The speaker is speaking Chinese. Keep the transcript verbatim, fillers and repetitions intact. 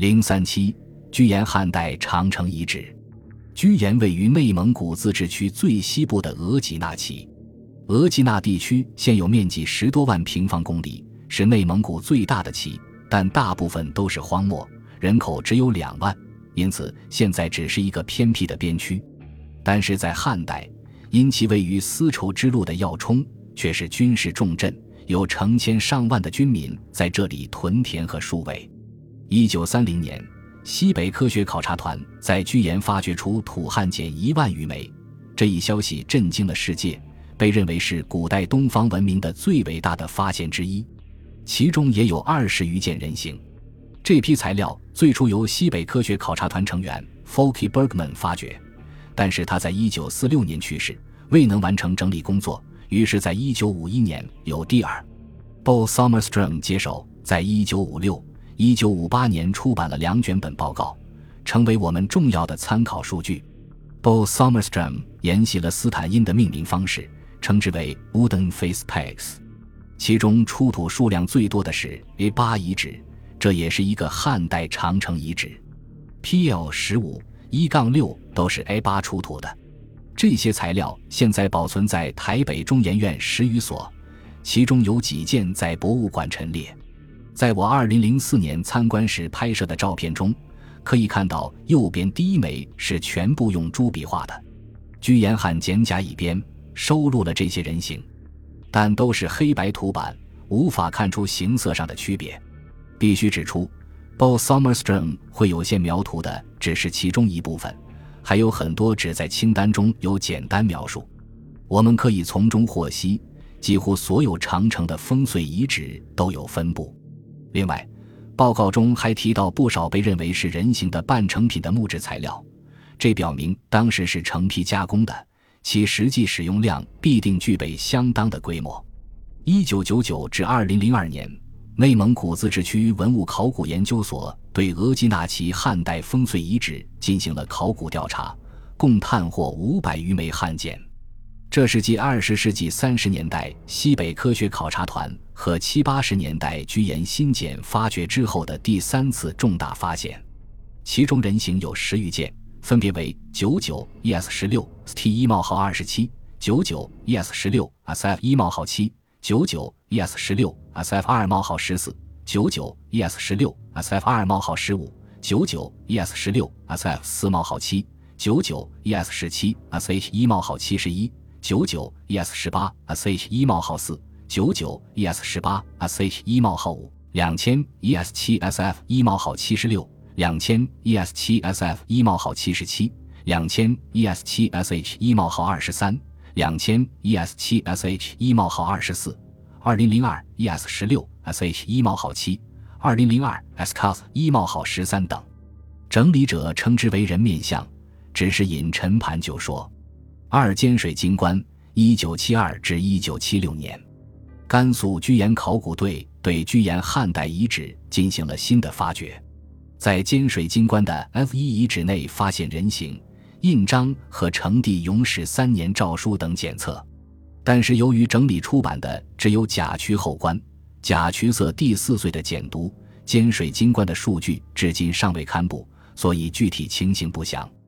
零三七居延汉代长城遗址。居延位于内蒙古自治区最西部的额济纳旗。额济纳地区现有面积十多万平方公里，是内蒙古最大的旗，但大部分都是荒漠，人口只有两万，因此现在只是一个偏僻的边区。但是在汉代，因其位于丝绸之路的要冲，却是军事重镇，有成千上万的军民在这里屯田和戍卫。一九三零年，西北科学考察团在居延发掘出土汉简一万余枚，这一消息震惊了世界，被认为是古代东方文明的最伟大的发现之一。其中也有二十余件人形。这批材料最初由西北科学考察团成员 Folke Bergman 发掘，但是他在一九四六年去世，未能完成整理工作，于是在一九五一年由第二 Bo Sommerström 接手，在一九五六、一九五八年出版了两卷本报告，成为我们重要的参考数据。Bo Sommerström 沿袭了斯坦因的命名方式，称之为 Wooden Face Pegs， 其中出土数量最多的是 A 八 遗址，这也是一个汉代长城遗址。 P L 十五、一六 都是 A 八 出土的。这些材料现在保存在台北中研院十余所，其中有几件在博物馆陈列。在我二零零四年参观时拍摄的照片中，可以看到右边第一枚是全部用朱笔画的。居延汉简甲乙编收录了这些人形，但都是黑白图版，无法看出形色上的区别。必须指出， Bo Sommerström 会有些描图的只是其中一部分，还有很多只在清单中有简单描述。我们可以从中获悉，几乎所有长城的烽燧遗址都有分布。另外，报告中还提到不少被认为是人形的半成品的木质材料，这表明当时是成批加工的，其实际使用量必定具备相当的规模。一九九九至二零零二年，内蒙古自治区文物考古研究所对额济纳旗汉代烽燧遗址进行了考古调查，共探获五百余枚汉简。这是继二十世纪三十年代西北科学考察团和七八十年代居延新简发掘之后的第三次重大发现。其中人形有十余件，分别为九九 E S 十六 S T 一冒号二十七、九九 E S 十六 S F 一冒号七、九九 E S 十六 S F 二冒号十四、九九 E S 十六 S F 二冒号十五、九九 E S 十六 S F 四冒号七、九九 E S 十七 S H 一冒号七十一、九九 E S 十八 S H 一冒号四、九九 E S 十八 S H 一冒号五、两千 E S 七 S F 一冒号七十六、两千 E S 七 S F 一冒号七十七、两千 E S 七 S H 一冒号二十三、两千 E S 七 S H 一冒号二十四、二零零二 E S 十六 S H 一冒号七、二零零二 S C A S 一冒号十三等。整理者称之为人面像，只是引陈盘就说。二尖水金棺一九七二至一九七六年，甘肃居延考古队对居延汉代遗址进行了新的发掘，在尖水金棺的 F 一 遗址内发现人形、印章和成帝永始三年诏书等检测，但是由于整理出版的只有甲渠后棺、甲渠色第四岁的简牍，尖水金棺的数据至今尚未刊布，所以具体情形不详。